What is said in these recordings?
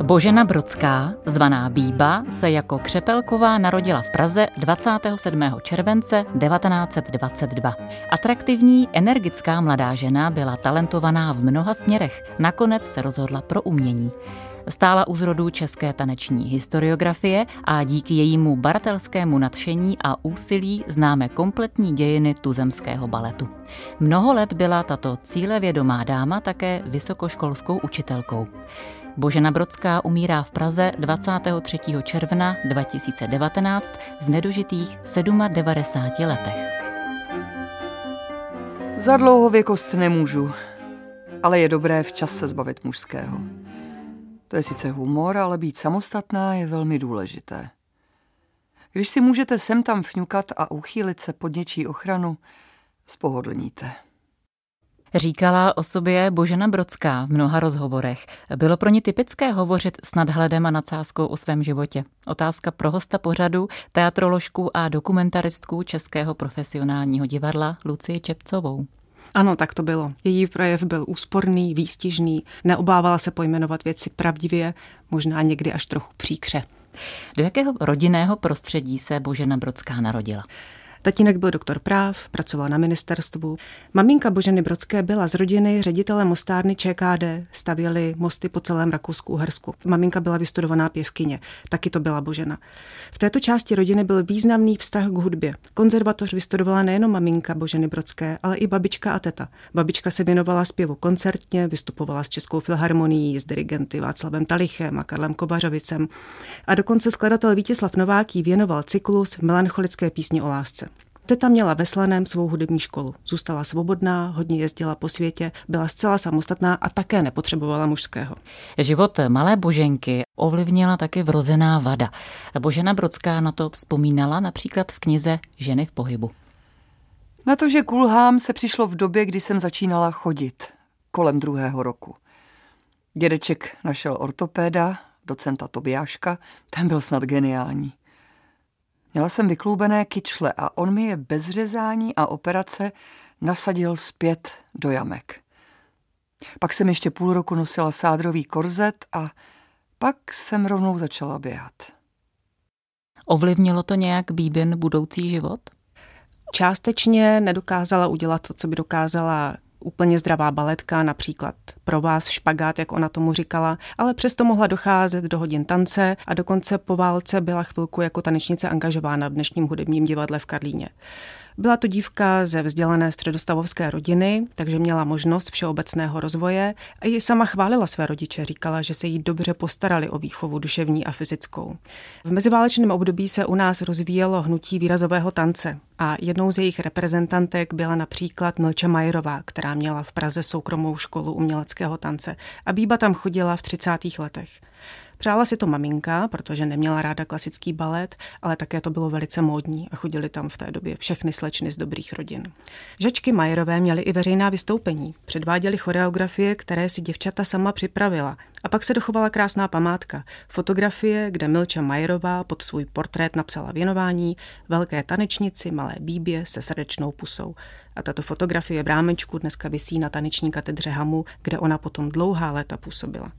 Božena Brodská, zvaná Bíba, se jako Křepelková narodila v Praze 27. července 1922. Atraktivní, energická mladá žena byla talentovaná v mnoha směrech. Nakonec se rozhodla pro umění. Stála u zrodu české taneční historiografie a díky jejímu baratelskému nadšení a úsilí známe kompletní dějiny tuzemského baletu. Mnoho let byla tato cílevědomá dáma také vysokoškolskou učitelkou. Božena Brodská umírá v Praze 23. června 2019 v nedožitých 97 letech. Za dlouhověkost nemůžu, ale je dobré včas se zbavit mužského. To je sice humor, ale být samostatná je velmi důležité. Když si můžete sem tam fňukat a uchýlit se pod něčí ochranu, spohodlníte. Říkala o sobě Božena Brodská v mnoha rozhovorech. Bylo pro ní typické hovořit s nadhledem a nadsázkou o svém životě. Otázka pro hosta pořadu, teatroložku a dokumentaristku Českého profesionálního divadla Lucii Čepcovou. Ano, tak to bylo. Její projev byl úsporný, výstižný, neobávala se pojmenovat věci pravdivě, možná někdy až trochu příkře. Do jakého rodinného prostředí se Božena Brodská narodila? Tatínek byl doktor práv, pracoval na ministerstvu. Maminka Boženy Brodské byla z rodiny ředitele mostárny ČKD, stavěli mosty po celém Rakousku-Uhersku. Maminka byla vystudovaná pěvkyně, taky to byla Božena. V této části rodiny byl významný vztah k hudbě. Konzervatoř vystudovala nejenom maminka Boženy Brodské, ale i babička a teta. Babička se věnovala zpěvu koncertně, vystupovala s Českou filharmonií, s dirigenty Václavem Talichem a Karlem Kobařovicem. A dokonce skladatel Vítězslav Novák jí věnoval cyklus Melancholické písně o lásce. Teta měla ve Slaném svou hudební školu. Zůstala svobodná, hodně jezdila po světě, byla zcela samostatná a také nepotřebovala mužského. Život malé Boženky ovlivnila taky vrozená vada. Božena Brodská na to vzpomínala například v knize Ženy v pohybu. Na to, že kulhám, se přišlo v době, kdy jsem začínala chodit, kolem 2. roku. Dědeček našel ortopéda, docenta Tobiáška, ten byl snad geniální. Měla jsem vykloubené kyčle a on mi je bez řezání a operace nasadil zpět do jamek. Pak jsem ještě půl roku nosila sádrový korzet a pak jsem rovnou začala běhat. Ovlivnilo to nějak Bíbin budoucí život? Částečně nedokázala udělat to, co by dokázala úplně zdravá baletka, například pro vás špagát, jak ona tomu říkala, ale přesto mohla docházet do hodin tance a dokonce po válce byla chvilku jako tanečnice angažována v dnešním hudebním divadle v Karlíně. Byla to dívka ze vzdělané středostavovské rodiny, takže měla možnost všeobecného rozvoje a ji sama chválila své rodiče, říkala, že se jí dobře postarali o výchovu duševní a fyzickou. V meziválečném období se u nás rozvíjelo hnutí výrazového tance a jednou z jejich reprezentantek byla například Milča Majerová, která měla v Praze soukromou školu uměleckého tance a Bíba tam chodila v 30. letech. Přála si to maminka, protože neměla ráda klasický balet, ale také to bylo velice módní a chodili tam v té době všechny slečny z dobrých rodin. Žačky Majerové měly i veřejná vystoupení, předváděly choreografie, které si děvčata sama připravila. A pak se dochovala krásná památka. Fotografie, kde Milča Majerová pod svůj portrét napsala věnování velké tanečnici, malé Bíbě se srdečnou pusou. A tato fotografie v rámečku dneska visí na taneční katedře Hamu, kde ona potom dlouhá léta působila.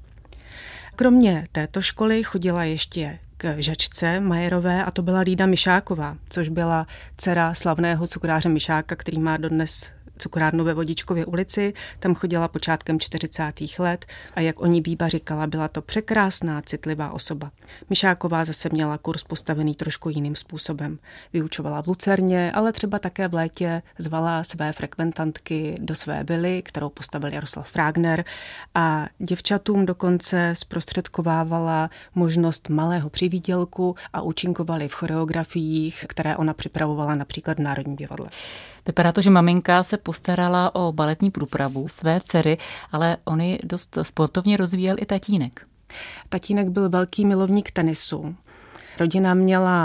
Kromě této školy chodila ještě k žačce Majerové a to byla Lída Mišáková, což byla dcera slavného cukráře Mišáka, který má dodnes cukrárnu ve Vodičkově ulici. Tam chodila počátkem 40. let a jak o ní Bíba říkala, byla to překrásná, citlivá osoba. Mišáková zase měla kurz postavený trošku jiným způsobem. Vyučovala v Lucerně, ale třeba také v létě zvala své frekventantky do své vily, kterou postavil Jaroslav Frágner a děvčatům dokonce zprostředkovávala možnost malého přivýdělku a účinkovali v choreografiích, které ona připravovala například v Národním divadle. Vypadá to, že maminka se postarala o baletní průpravu své dcery, ale oni dost sportovně rozvíjel i tatínek. Tatínek byl velký milovník tenisu. Rodina měla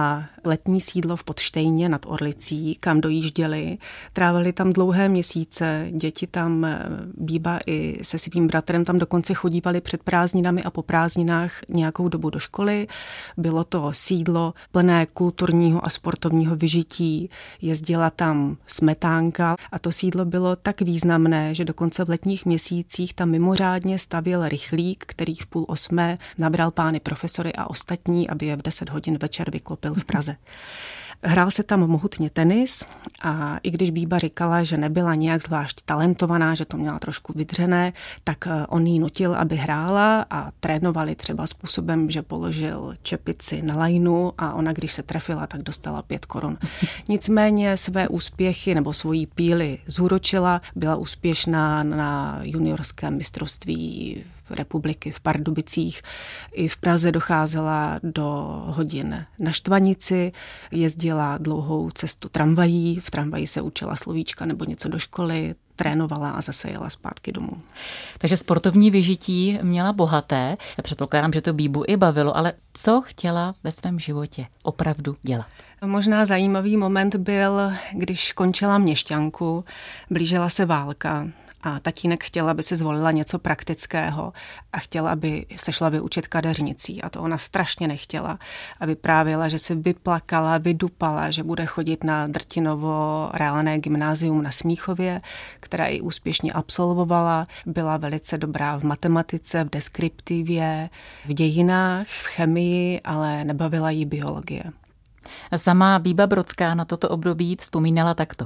letní sídlo v Podštejně nad Orlicí, kam dojížděli. Trávili tam dlouhé měsíce, děti tam, Bíba i se svým bratrem tam dokonce chodívali před prázdninami a po prázdninách nějakou dobu do školy. Bylo to sídlo plné kulturního a sportovního vyžití, jezdila tam smetánka a to sídlo bylo tak významné, že dokonce v letních měsících tam mimořádně stavěl rychlík, který v 7:30 nabral pány profesory a ostatní, aby je v 10 hodin večer vyklopil v Praze. Hrál se tam mohutně tenis a i když Bíba říkala, že nebyla nějak zvlášť talentovaná, že to měla trošku vydřené, tak on jí nutil, aby hrála a trénovali třeba způsobem, že položil čepici na lajnu a ona, když se trefila, tak dostala 5 korun. Nicméně své úspěchy nebo svoji píli zúročila, byla úspěšná na juniorském mistrovství republiky v Pardubicích. I v Praze docházela do hodin na štvanici, jezdila dlouhou cestu tramvají, v tramvaji se učila slovíčka nebo něco do školy, trénovala a zase jela zpátky domů. Takže sportovní vyžití měla bohaté. Předpokládám, že to Bíbu i bavilo, ale co chtěla ve svém životě opravdu dělat? Možná zajímavý moment byl, když končila měšťanku, blížila se válka. A tatínek chtěl, aby si zvolila něco praktického a chtěl, aby se šla vyučit kadeřnicí. A to ona strašně nechtěla. A vyprávěla, že se vyplakala, vydupala, že bude chodit na Drtinovo reálné gymnázium na Smíchově, která i úspěšně absolvovala. Byla velice dobrá v matematice, v deskriptivě, v dějinách, v chemii, ale nebavila jí biologie. Sama Bíba Brodská na toto období vzpomínala takto.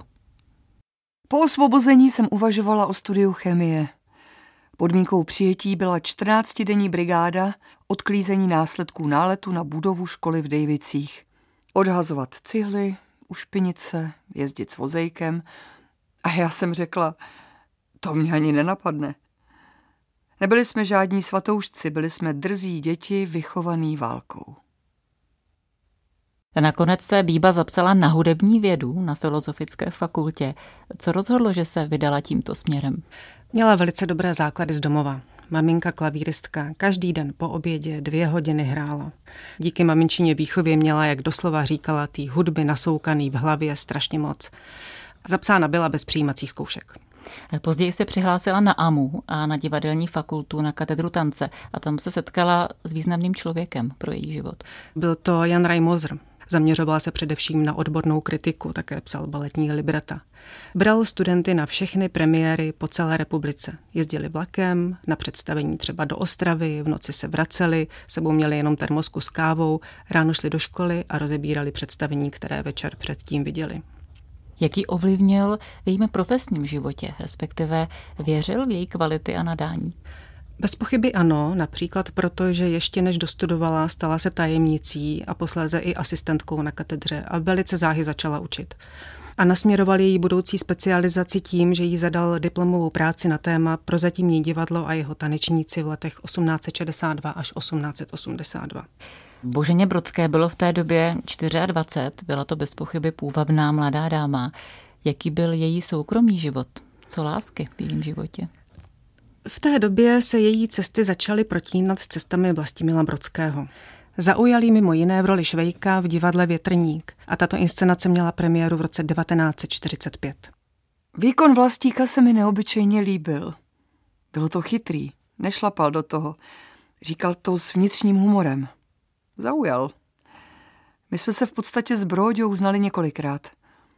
Po osvobození jsem uvažovala o studiu chemie. Podmínkou přijetí byla 14denní brigáda, odklízení následků náletu na budovu školy v Dejvicích. Odhazovat cihly, u špinice, jezdit s vozejkem. A já jsem řekla, to mě ani nenapadne. Nebyli jsme žádní svatoušci, byli jsme drzí děti vychovaný válkou. Nakonec se Bíba zapsala na hudební vědu na Filozofické fakultě. Co rozhodlo, že se vydala tímto směrem? Měla velice dobré základy z domova. Maminka klavíristka každý den po obědě 2 hodiny hrála. Díky maminčině výchově měla, jak doslova říkala, té hudby nasoukaný v hlavě strašně moc. Zapsána byla bez přijímacích zkoušek. Později se přihlásila na AMU a na divadelní fakultu na katedru tance a tam se setkala s významným člověkem pro její život. Byl to Jan Reimózer. Zaměřovala se především na odbornou kritiku, také psal baletní libreta. Bral studenty na všechny premiéry po celé republice. Jezdili vlakem, na představení třeba do Ostravy, v noci se vraceli, sebou měli jenom termosku s kávou, ráno šli do školy a rozebírali představení, které večer předtím viděli. Jak ji ovlivnil v jejím profesním životě, respektive věřil v její kvality a nadání? Bez pochyby ano, například proto, že ještě než dostudovala, stala se tajemnicí a posléze i asistentkou na katedře a velice záhy začala učit. A nasměroval její budoucí specializaci tím, že jí zadal diplomovou práci na téma Prozatímní divadlo a jeho tanečníci v letech 1862 až 1882. Boženě Brodské bylo v té době 24, byla to bez pochyby půvabná mladá dáma. Jaký byl její soukromý život? Co lásky v jejím životě? V té době se její cesty začaly protínat s cestami Vlastimila Brodského. Zaujal jí mimo jiné v roli Švejka v divadle Větrník a tato inscenace měla premiéru v roce 1945. Výkon Vlastíka se mi neobyčejně líbil. Bylo to chytrý, nešlapal do toho. Říkal to s vnitřním humorem. Zaujal. My jsme se v podstatě s Bróďou znali několikrát.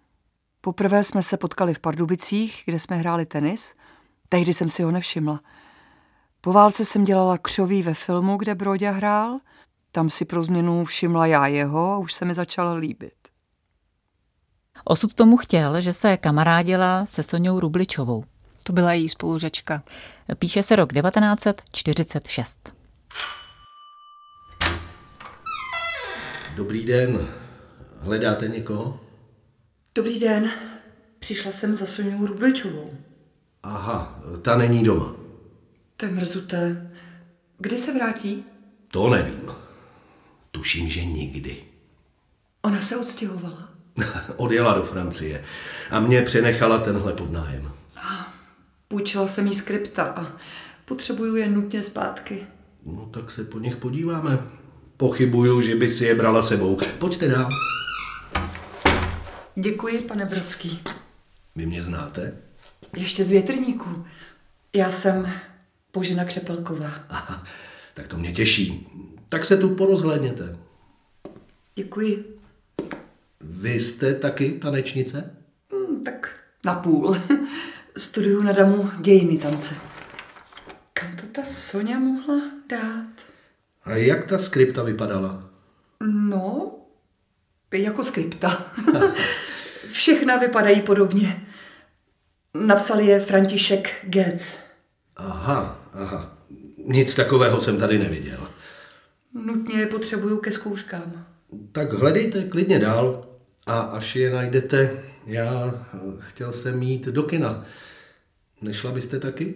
Poprvé jsme se potkali v Pardubicích, kde jsme hráli tenis. Tehdy jsem si ho nevšimla. Po válce jsem dělala křoví ve filmu, kde Bróďa hrál. Tam si pro změnu všimla já jeho a už se mi začala líbit. Osud tomu chtěl, že se kamarádila se Soňou Rubličovou. To byla její spolužačka. Píše se rok 1946. Dobrý den. Hledáte někoho? Dobrý den. Přišla jsem za Soňou Rubličovou. Aha, ta není doma. To je mrzuté. Kdy se vrátí? To nevím. Tuším, že nikdy. Ona se odstěhovala. Odjela do Francie a mě přenechala tenhle podnájem. Půjčila jsem jí skripta a potřebuju je nutně zpátky. No tak se po nich podíváme. Pochybuju, že by si je brala sebou. Pojďte dál. Děkuji, pane Brodský. Vy mě znáte? Ještě z Větrníků. Já jsem Božena Křepelková. Aha, tak to mě těší. Tak se tu porozhlédněte. Děkuji. Vy jste taky tanečnice? Tak napůl. Studuju na DAMu dějiny tance. Kam to ta Soňa mohla dát? A jak ta skripta vypadala? No, jako skripta. Všechna vypadají podobně. Napsal je František Getz. Aha. Nic takového jsem tady neviděl. Nutně je potřebuju ke zkouškám. Tak hledejte klidně dál a až je najdete, já chtěl jsem jít do kina. Nešla byste taky?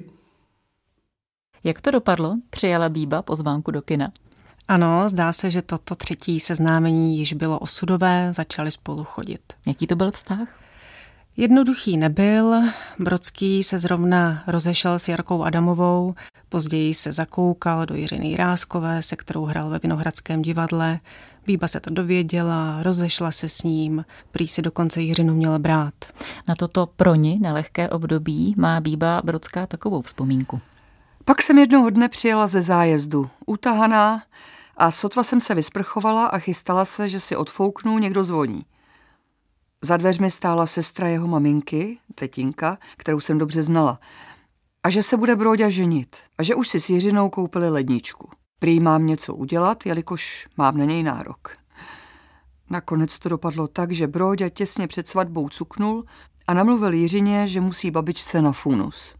Jak to dopadlo? Přijala Bíba pozvánku do kina? Ano, zdá se, že toto třetí seznámení již bylo osudové, začali spolu chodit. Jaký to byl vztah? Jednoduchý nebyl, Brodský se zrovna rozešel s Jarkou Adamovou, později se zakoukal do Jiřiny Jiráskové, se kterou hrál ve Vinohradském divadle. Bíba se to dověděla, rozešla se s ním, prý si dokonce Jiřinu měl brát. Na toto pro ni nelehké období má Bíba Brodská takovou vzpomínku. Pak jsem jednoho dne přijela ze zájezdu, utahaná, a sotva jsem se vysprchovala a chystala se, že si odfouknu, někdo zvoní. Za dveřmi stála sestra jeho maminky, tetinka, kterou jsem dobře znala, a že se bude Bróďa ženit a že už si s Jiřinou koupili ledničku. Prý mám něco udělat, jelikož mám na něj nárok. Nakonec to dopadlo tak, že Bróďa těsně před svatbou cuknul a namluvil Jiřině, že musí babičce na funus.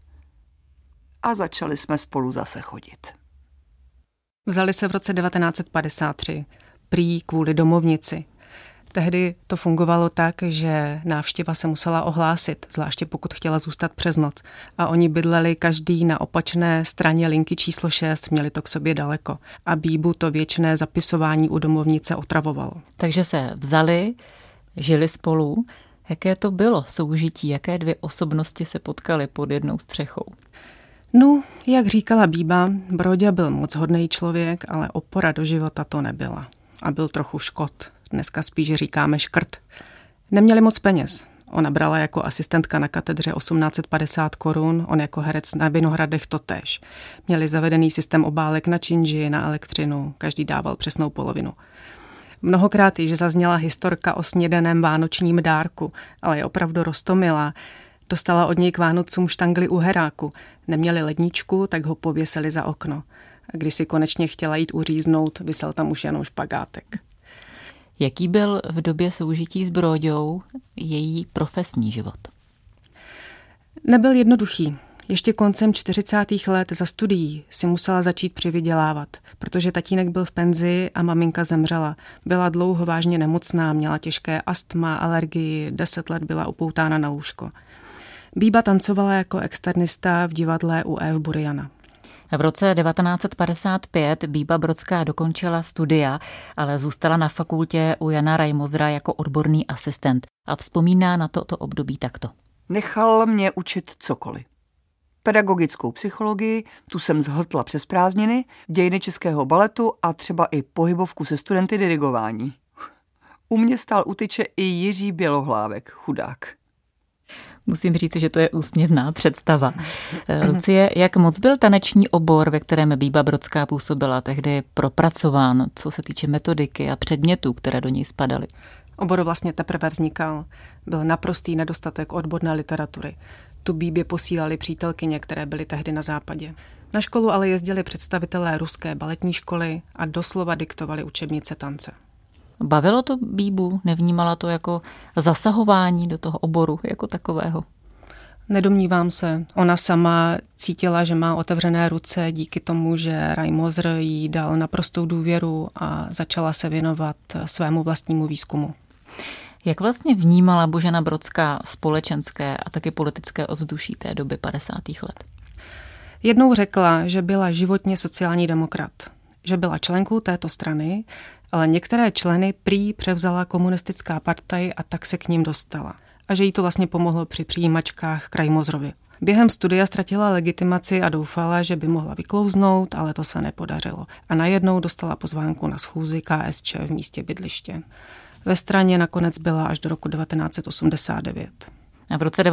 A začali jsme spolu zase chodit. Vzali se v roce 1953, prý kvůli domovnici. Tehdy to fungovalo tak, že návštěva se musela ohlásit, zvláště pokud chtěla zůstat přes noc. A oni bydleli každý na opačné straně linky číslo 6, měli to k sobě daleko. A Bíbu to věčné zapisování u domovnice otravovalo. Takže se vzali, žili spolu. Jaké to bylo soužití? Jaké dvě osobnosti se potkaly pod jednou střechou? No, jak říkala Bíba, Bróďa byl moc hodnej člověk, ale opora do života to nebyla. A byl trochu škot. Dneska spíš říkáme škrt. Neměli moc peněz. Ona brala jako asistentka na katedře 1850 korun, on jako herec na Vinohradech totéž. Měli zavedený systém obálek na činži, na elektřinu, každý dával přesnou polovinu. Mnohokrát již zazněla historka o snědeném vánočním dárku, ale je opravdu roztomilá. Dostala od něj k Vánocům štangli u heráku. Neměli ledničku, tak ho pověsili za okno. A když si konečně chtěla jít uříznout, visel tam už jenom špagátek. Jaký byl v době soužití s Bróďou její profesní život? Nebyl jednoduchý. Ještě koncem 40. let za studií si musela začít přivydělávat, protože tatínek byl v penzi a maminka zemřela. Byla dlouho vážně nemocná, měla těžké astma, alergii, 10 let byla upoutána na lůžko. Bíba tancovala jako externista v divadle u F. Buriana. V roce 1955 Bíba Brodská dokončila studia, ale zůstala na fakultě u Jana Reimosera jako odborný asistent a vzpomíná na toto období takto. Nechal mě učit cokoliv. Pedagogickou psychologii, tu jsem zhltla přes prázdniny, dějiny českého baletu a třeba i pohybovku se studenty dirigování. U mě stál u tyče i Jiří Bělohlávek, chudák. Musím říct, že to je úsměvná představa. Lucie, jak moc byl taneční obor, ve kterém Bíba Brodská působila, tehdy propracován, co se týče metodiky a předmětů, které do něj spadaly? Obor vlastně teprve vznikal. Byl naprostý nedostatek odborné literatury. Tu Bíbě posílali přítelkyně, které byly tehdy na západě. Na školu ale jezdili představitelé ruské baletní školy a doslova diktovali učebnice tance. Bavilo to Bíbu? Nevnímala to jako zasahování do toho oboru jako takového? Nedomnívám se. Ona sama cítila, že má otevřené ruce díky tomu, že Reimoser jí dal naprostou důvěru a začala se věnovat svému vlastnímu výzkumu. Jak vlastně vnímala Božena Brodská společenské a taky politické ovzduší té doby 50. let? Jednou řekla, že byla životně sociální demokrat, že byla členkou této strany, ale některé členy prý převzala komunistická partaj a tak se k ním dostala. A že jí to vlastně pomohlo při přijímačkách k Reimoserovi. Během studia ztratila legitimaci a doufala, že by mohla vyklouznout, ale to se nepodařilo. A najednou dostala pozvánku na schůzi KSČ v místě bydliště. Ve straně nakonec byla až do roku 1989. A v roce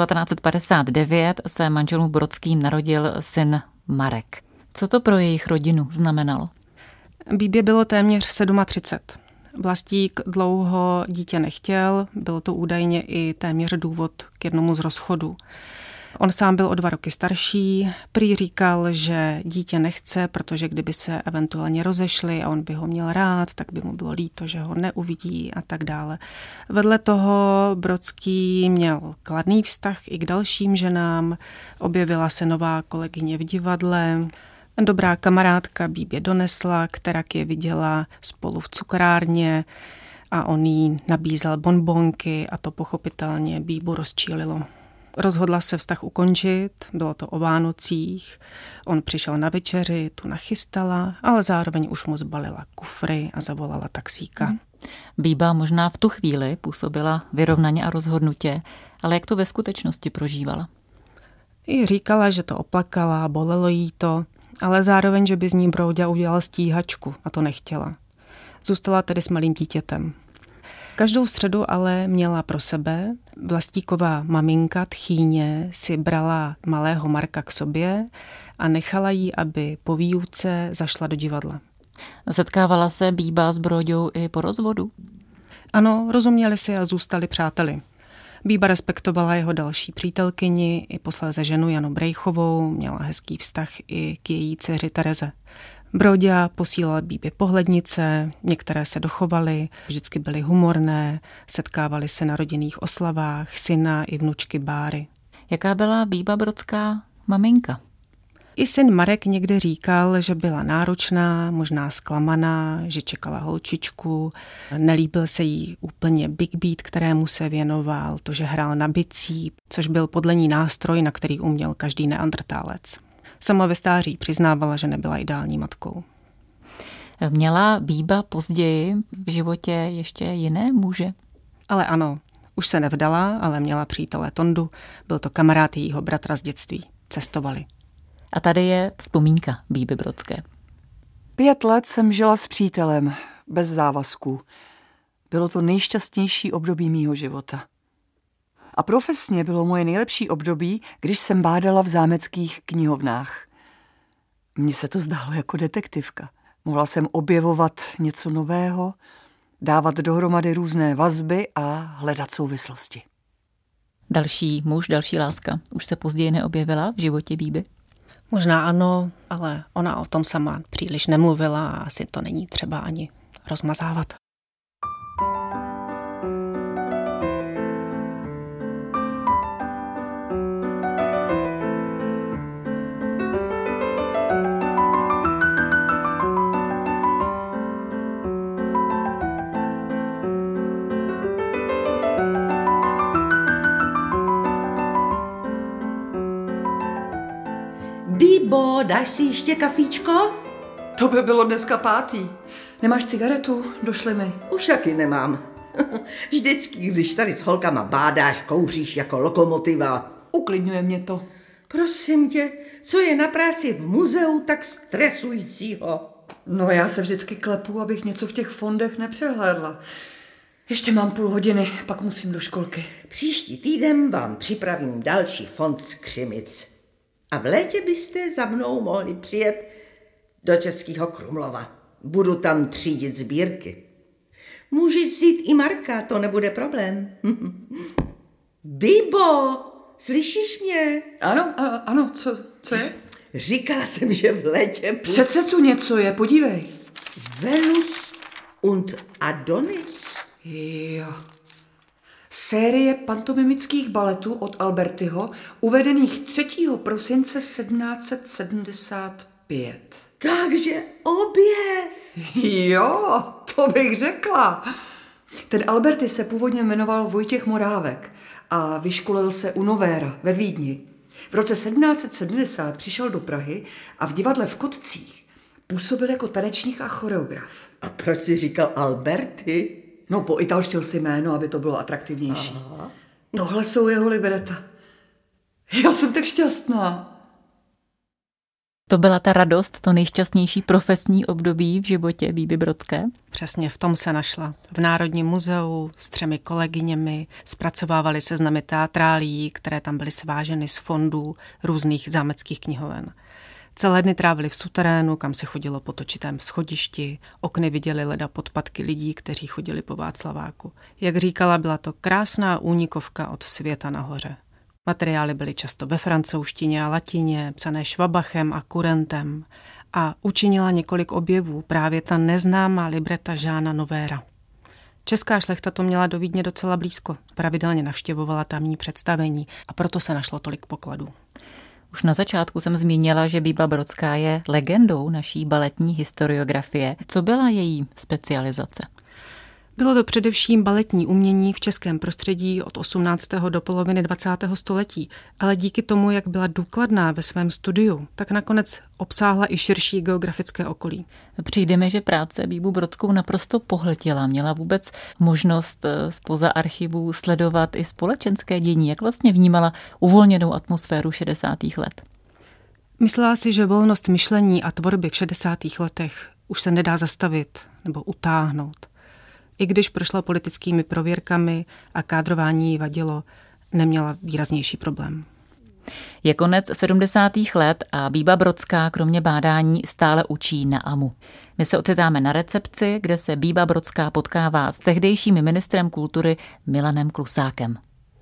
1959 se manželům Brodským narodil syn Marek. Co to pro jejich rodinu znamenalo? Bíbě bylo téměř 37. Vlastík dlouho dítě nechtěl, bylo to údajně i téměř důvod k jednomu z rozchodů. On sám byl o 2 roky starší, prý říkal, že dítě nechce, protože kdyby se eventuálně rozešli a on by ho měl rád, tak by mu bylo líto, že ho neuvidí a tak dále. Vedle toho Brodský měl kladný vztah i k dalším ženám, objevila se nová kolegyně v divadle, dobrá kamarádka Bíbě donesla, která je viděla spolu v cukrárně a on jí nabízel bonbonky a to pochopitelně Bíbu rozčílilo. Rozhodla se vztah ukončit, bylo to o Vánocích, on přišel na večeři, tu nachystala, ale zároveň už mu zbalila kufry a zavolala taxíka. Bíba možná v tu chvíli působila vyrovnaně a rozhodnutě, ale jak to ve skutečnosti prožívala? I říkala, že to oplakala, bolelo jí to, ale zároveň, že by z ní Brouďa udělal stíhačku a to nechtěla. Zůstala tedy s malým dítětem. Každou středu ale měla pro sebe. Vlastíková maminka Tchýně si brala malého Marka k sobě a nechala jí, aby po výuce zašla do divadla. Setkávala se Bíba s Bróďou i po rozvodu? Ano, rozuměli si a zůstali přáteli. Bíba respektovala jeho další přítelkyni i posléze ženu Janu Brejchovou, měla hezký vztah i k její dceři Tereze. Bróďa posílal Bíbě pohlednice, některé se dochovaly, vždycky byly humorné, setkávali se na rodinných oslavách, syna i vnučky Báry. Jaká byla Bíba Brodská maminka? I syn Marek někde říkal, že byla náročná, možná zklamaná, že čekala holčičku, nelíbil se jí úplně big beat, kterému se věnoval, to, že hrál na bicí, což byl podle ní nástroj, na který uměl každý neandrtálec. Sama ve stáří přiznávala, že nebyla ideální matkou. Měla Bíba později v životě ještě jiné muže? Ale ano, už se nevdala, ale měla přítele Tondu, byl to kamarád jejího bratra z dětství. Cestovali. A tady je vzpomínka Bíby Brodské. 5 let jsem žila s přítelem, bez závazků. Bylo to nejšťastnější období mýho života. A profesně bylo moje nejlepší období, když jsem bádala v zámeckých knihovnách. Mně se to zdálo jako detektivka. Mohla jsem objevovat něco nového, dávat dohromady různé vazby a hledat souvislosti. Další muž, další láska už se později neobjevila v životě Bíby? Možná ano, ale ona o tom sama příliš nemluvila a asi to není třeba ani rozmazávat. Bíbo, dáš si ještě kafíčko? To by bylo dneska 5. Nemáš cigaretu? Došli mi. Už taky nemám. Vždycky, když tady s holkama bádáš, kouříš jako lokomotiva. Uklidňuje mě to. Prosím tě, co je na práci v muzeu tak stresujícího? No já se vždycky klepu, abych něco v těch fondech nepřehlédla. Ještě mám půl hodiny, pak musím do školky. Příští týden vám připravím další fond z Křimic. A v létě byste za mnou mohli přijet do Českého Krumlova. Budu tam třídit sbírky. Můžeš vzít i Marka, to nebude problém. Bíbo, slyšíš mě? Ano, co je? Říkala jsem, že v létě... Přece tu něco je, podívej. Venus und Adonis. Jo. Série pantomimických baletů od Albertiho, uvedených 3. prosince 1775. Takže objev. Jo, to bych řekla. Ten Alberti se původně jmenoval Vojtěch Morávek a vyškolil se u Novéra ve Vídni. V roce 1770 přišel do Prahy a v divadle v Kotcích působil jako tanečník a choreograf. A proč jsi říkal Alberti? No, poitalštil si jméno, aby to bylo atraktivnější. Aha. Tohle jsou jeho libreta. Já jsem tak šťastná. To byla ta radost, to nejšťastnější profesní období v životě Bíby Brodské? Přesně v tom se našla. V Národním muzeu s 3 kolegyněmi zpracovávali seznamy teatrálií, které tam byly sváženy z fondů různých zámeckých knihoven. Celé dny trávili v suterénu, kam se chodilo po točitém schodišti, okny viděli leda podpatky lidí, kteří chodili po Václaváku. Jak říkala, byla to krásná únikovka od světa nahoře. Materiály byly často ve francouzštině a latině, psané Švabachem a Kurentem. A učinila několik objevů, právě ta neznámá libreta Žána Novéra. Česká šlechta to měla do Vídně docela blízko. Pravidelně navštěvovala tamní představení a proto se našlo tolik pokladů. Už na začátku jsem zmínila, že Bíba Brodská je legendou naší baletní historiografie. Co byla její specializace? Bylo to především baletní umění v českém prostředí od 18. do poloviny 20. století, ale díky tomu, jak byla důkladná ve svém studiu, tak nakonec obsáhla i širší geografické okolí. Přijdeme, že práce Bíbu Brodskou naprosto pohltila. Měla vůbec možnost zpoza archivů sledovat i společenské dění. Jak vlastně vnímala uvolněnou atmosféru 60. let? Myslela si, že volnost myšlení a tvorby v 60. letech už se nedá zastavit nebo utáhnout. I když prošla politickými prověrkami a kádrování jí vadilo, neměla výraznější problém. Je konec 70. let a Bíba Brodská kromě bádání stále učí na AMU. My se ocitáme na recepci, kde se Bíba Brodská potkává s tehdejším ministrem kultury Milanem Klusákem.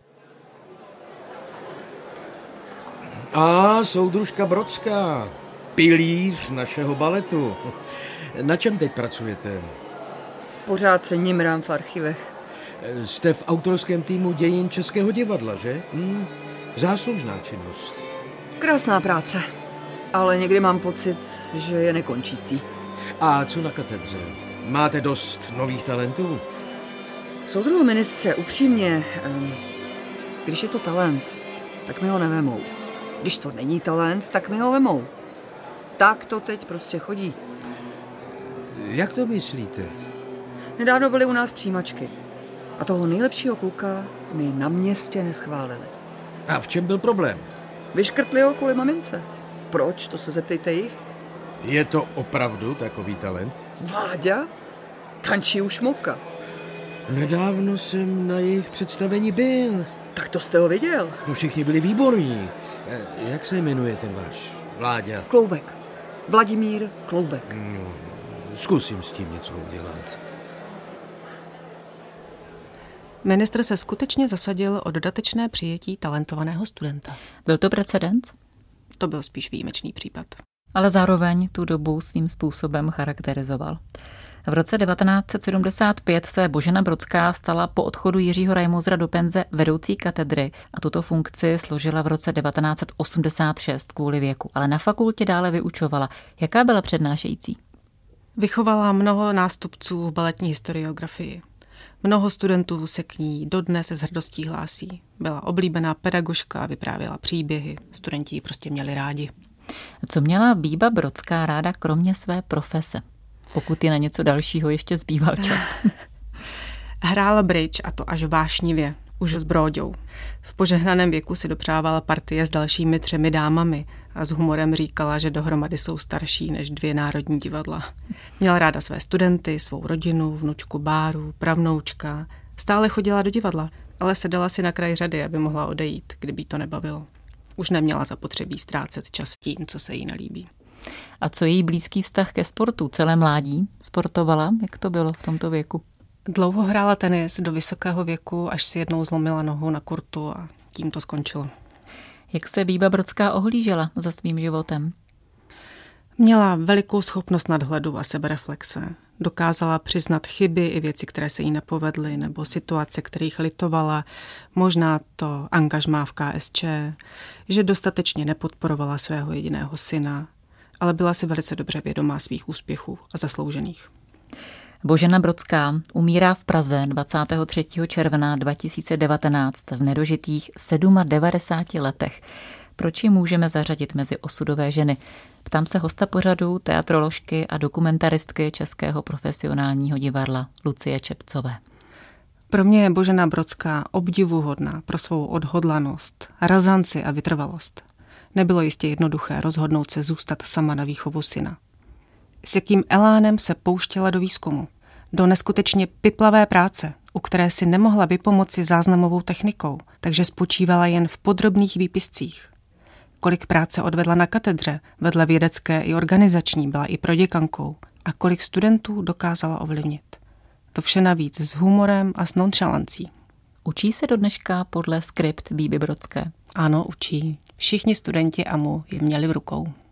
A soudružka Brodská, pilíř našeho baletu. Na čem teď pracujete? Pořád se nimrám v archivech. Jste v autorském týmu dějin Českého divadla, že? Záslužná činnost. Krásná práce, ale někdy mám pocit, že je nekončící. A co na katedře? Máte dost nových talentů? Soudruhu ministře, upřímně, když je to talent, tak mi ho nevemou. Když to není talent, tak mi ho vemou. Tak to teď prostě chodí. Jak to myslíte? Nedávno byly u nás přijímačky a toho nejlepšího kluka mi na městě neschválili. A v čem byl problém? Vyškrtli ho kvůli mamince. Proč? To se zeptejte jich. Je to opravdu takový talent? Vláďa? Tančí už Šmouka. Nedávno jsem na jejich představení byl. Tak to jste ho viděl? No všichni byli výborní. Jak se jmenuje ten váš Vláďa? Kloubek. Vladimír Kloubek. No, zkusím s tím něco udělat. Ministr se skutečně zasadil o dodatečné přijetí talentovaného studenta. Byl to precedens? To byl spíš výjimečný případ. Ale zároveň tu dobu svým způsobem charakterizoval. V roce 1975 se Božena Brodská stala po odchodu Jiřího Reimuzra do penze vedoucí katedry a tuto funkci složila v roce 1986 kvůli věku, ale na fakultě dále vyučovala. Jaká byla přednášející? Vychovala mnoho nástupců v baletní historiografii. Mnoho studentů se k ní dodnes s hrdostí hlásí. Byla oblíbená pedagožka, vyprávěla příběhy. Studenti ji prostě měli rádi. Co měla Bíba Brodská ráda kromě své profese? Pokud je na něco dalšího ještě zbýval čas. Hrála bridge, a to až vášnivě, už s Bróďou. V požehnaném věku si dopřávala partie s dalšími 3 dámami a s humorem říkala, že dohromady jsou starší než 2 národní divadla. Měla ráda své studenty, svou rodinu, vnučku Báru, pravnoučka. Stále chodila do divadla, ale sedala si na kraji řady, aby mohla odejít, kdyby jí to nebavilo. Už neměla zapotřebí ztrácet čas tím, co se jí nelíbí. A co její blízký vztah ke sportu? Celé mládí sportovala? Jak to bylo v tomto věku? Dlouho hrála tenis do vysokého věku, až si jednou zlomila nohu na kurtu a tím to skončilo. Jak se Bíba Brodská ohlížela za svým životem? Měla velikou schopnost nadhledu a sebereflexe. Dokázala přiznat chyby i věci, které se jí nepovedly, nebo situace, kterých litovala, možná to angažmá v KSČ, že dostatečně nepodporovala svého jediného syna, ale byla si velice dobře vědomá svých úspěchů a zasloužených. Božena Brodská umírá v Praze 23. června 2019 v nedožitých 97 letech. Proč ji můžeme zařadit mezi osudové ženy? Ptám se hosta pořadu, teatroložky a dokumentaristky Českého profesionálního divadla Lucie Čepcové. Pro mě je Božena Brodská obdivuhodná pro svou odhodlanost, razanci a vytrvalost. Nebylo jistě jednoduché rozhodnout se zůstat sama na výchovu syna. S jakým elánem se pouštěla do výzkumu. Do neskutečně piplavé práce, u které si nemohla vypomoci záznamovou technikou, takže spočívala jen v podrobných výpiscích. Kolik práce odvedla na katedře, vedle vědecké i organizační, byla i proděkankou a kolik studentů dokázala ovlivnit. To vše navíc s humorem a s nonchalancí. Učí se do dneška podle skript Bíby Brodské? Ano, učí. Všichni studenti AMU je měli v rukou.